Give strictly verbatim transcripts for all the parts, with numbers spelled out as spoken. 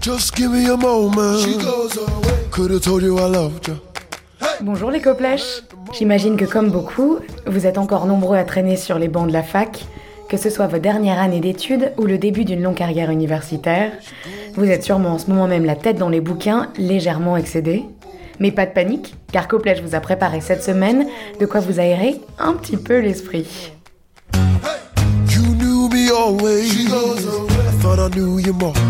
Just give me a moment. She goes away. Could have told you I loved you. Bonjour les coplèches. J'imagine que comme beaucoup, vous êtes encore nombreux à traîner sur les bancs de la fac, que ce soit vos dernières années d'études ou le début d'une longue carrière universitaire. Vous êtes sûrement en ce moment même la tête dans les bouquins, légèrement excédé. Mais pas de panique, car Coplèche vous a préparé cette semaine de quoi vous aérer un petit peu l'esprit. You knew me always. She goes away. I thought I knew you more.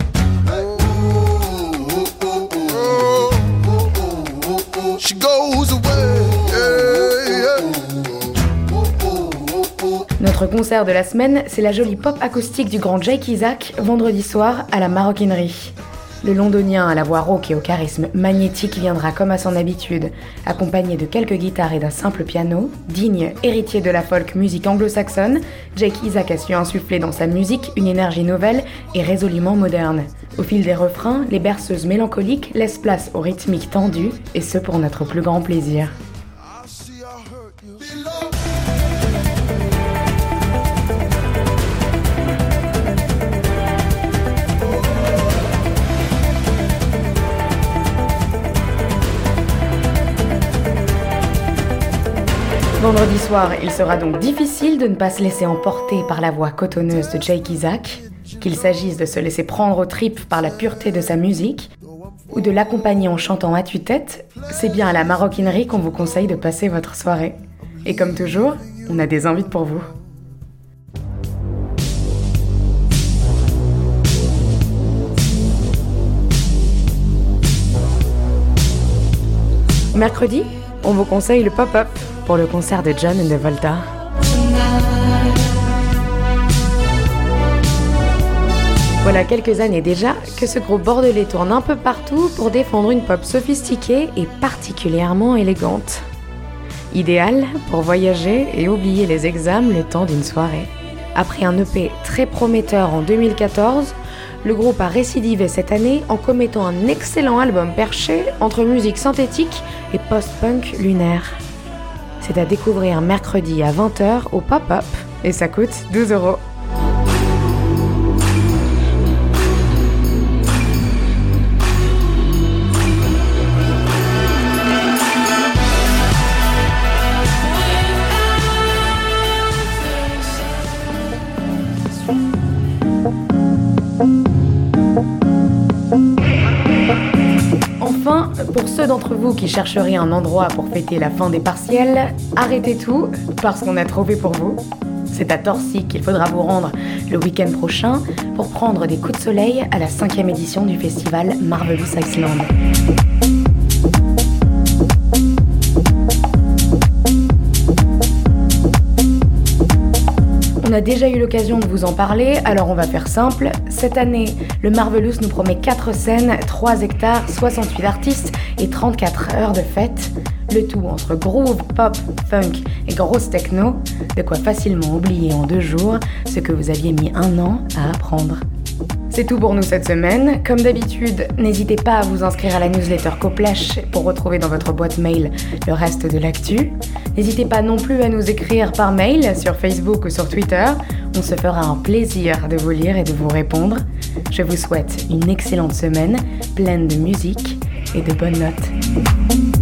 She goes away. Yeah, yeah. Notre concert de la semaine, c'est la jolie pop acoustique du grand Jake Isaac, vendredi soir à la Maroquinerie. Le londonien à la voix rauque et au charisme magnétique viendra comme à son habitude, accompagné de quelques guitares et d'un simple piano. Digne héritier de la folk musique anglo-saxonne, Jake Isaac a su insuffler dans sa musique une énergie nouvelle et résolument moderne. Au fil des refrains, les berceuses mélancoliques laissent place aux rythmiques tendues, et ce pour notre plus grand plaisir. Vendredi soir, il sera donc difficile de ne pas se laisser emporter par la voix cotonneuse de Jake Isaac, qu'il s'agisse de se laisser prendre aux tripes par la pureté de sa musique, ou de l'accompagner en chantant à tue-tête, c'est bien à la Maroquinerie qu'on vous conseille de passer votre soirée. Et comme toujours, on a des invites pour vous. Mercredi, on vous conseille le pop-up pour le concert de John and the Volta. Voilà quelques années déjà que ce groupe bordelais tourne un peu partout pour défendre une pop sophistiquée et particulièrement élégante. Idéal pour voyager et oublier les examens le temps d'une soirée. Après un E P très prometteur en deux mille quatorze, le groupe a récidivé cette année en commettant un excellent album perché entre musique synthétique et post-punk lunaire. C'est à découvrir mercredi à vingt heures au Pop-Up et ça coûte douze euros. Enfin, pour ceux d'entre vous qui chercheraient un endroit pour fêter la fin des partiels, arrêtez tout, parce qu'on a trouvé pour vous. C'est à Torcy qu'il faudra vous rendre le week-end prochain pour prendre des coups de soleil à la cinquième édition du festival Marvelous Iceland. On a déjà eu l'occasion de vous en parler, alors on va faire simple. Cette année, le Marvelous nous promet quatre scènes, trois hectares, soixante-huit artistes et trente-quatre heures de fête. Le tout entre groove, pop, funk et grosse techno, de quoi facilement oublier en deux jours ce que vous aviez mis un an à apprendre. C'est tout pour nous cette semaine. Comme d'habitude, n'hésitez pas à vous inscrire à la newsletter Coplèche pour retrouver dans votre boîte mail le reste de l'actu. N'hésitez pas non plus à nous écrire par mail sur Facebook ou sur Twitter. On se fera un plaisir de vous lire et de vous répondre. Je vous souhaite une excellente semaine, pleine de musique et de bonnes notes.